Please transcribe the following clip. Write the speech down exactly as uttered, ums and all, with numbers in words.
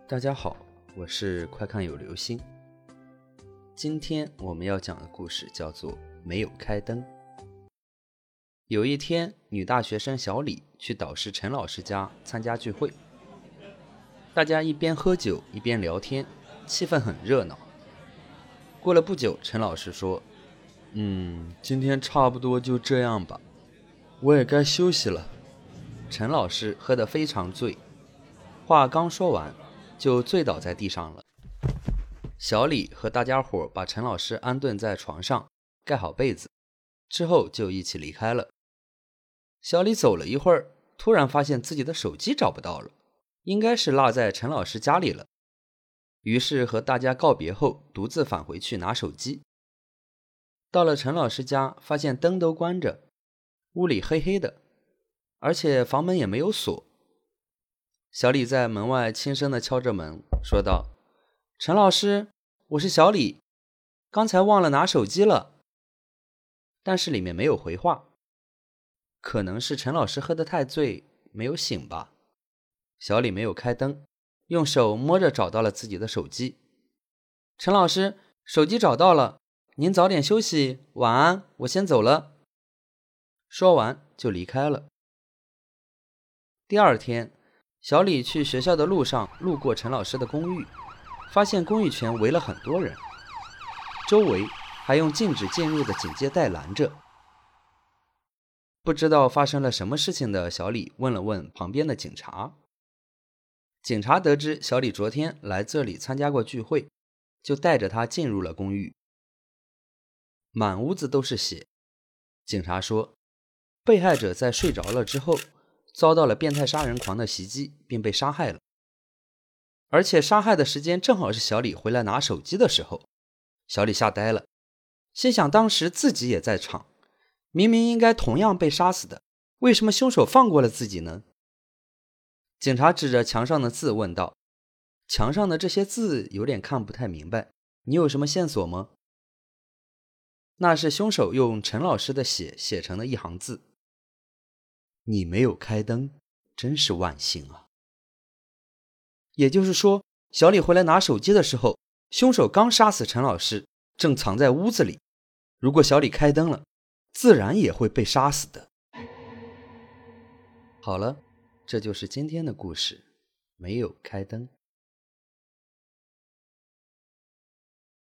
大家好，我是快看有流星。今天我们要讲的故事叫做没有开灯。有一天，女大学生小李去导师陈老师家参加聚会，大家一边喝酒一边聊天，气氛很热闹。过了不久，陈老师说：嗯，今天差不多就这样吧，我也该休息了。陈老师喝得非常醉，话刚说完就醉倒在地上了。小李和大家伙把陈老师安顿在床上，盖好被子，之后就一起离开了。小李走了一会儿，突然发现自己的手机找不到了，应该是落在陈老师家里了。于是和大家告别后，独自返回去拿手机。到了陈老师家，发现灯都关着，屋里黑黑的，而且房门也没有锁。小李在门外轻声地敲着门，说道：陈老师，我是小李，刚才忘了拿手机了。但是里面没有回话，可能是陈老师喝得太醉没有醒吧。小李没有开灯，用手摸着找到了自己的手机。陈老师，手机找到了，您早点休息，晚安，我先走了。说完就离开了。第二天，小李去学校的路上路过陈老师的公寓，发现公寓前围了很多人，周围还用禁止进入的警戒带拦着。不知道发生了什么事情的小李问了问旁边的警察，警察得知小李昨天来这里参加过聚会，就带着他进入了公寓。满屋子都是血，警察说被害者在睡着了之后遭到了变态杀人狂的袭击，并被杀害了。而且杀害的时间正好是小李回来拿手机的时候。小李吓呆了，心想当时自己也在场，明明应该同样被杀死的，为什么凶手放过了自己呢？警察指着墙上的字问道：墙上的这些字有点看不太明白，你有什么线索吗？那是凶手用陈老师的血写成的一行字：你没有开灯，真是万幸啊。也就是说，小李回来拿手机的时候，凶手刚杀死陈老师，正藏在屋子里。如果小李开灯了，自然也会被杀死的。好了，这就是今天的故事，没有开灯。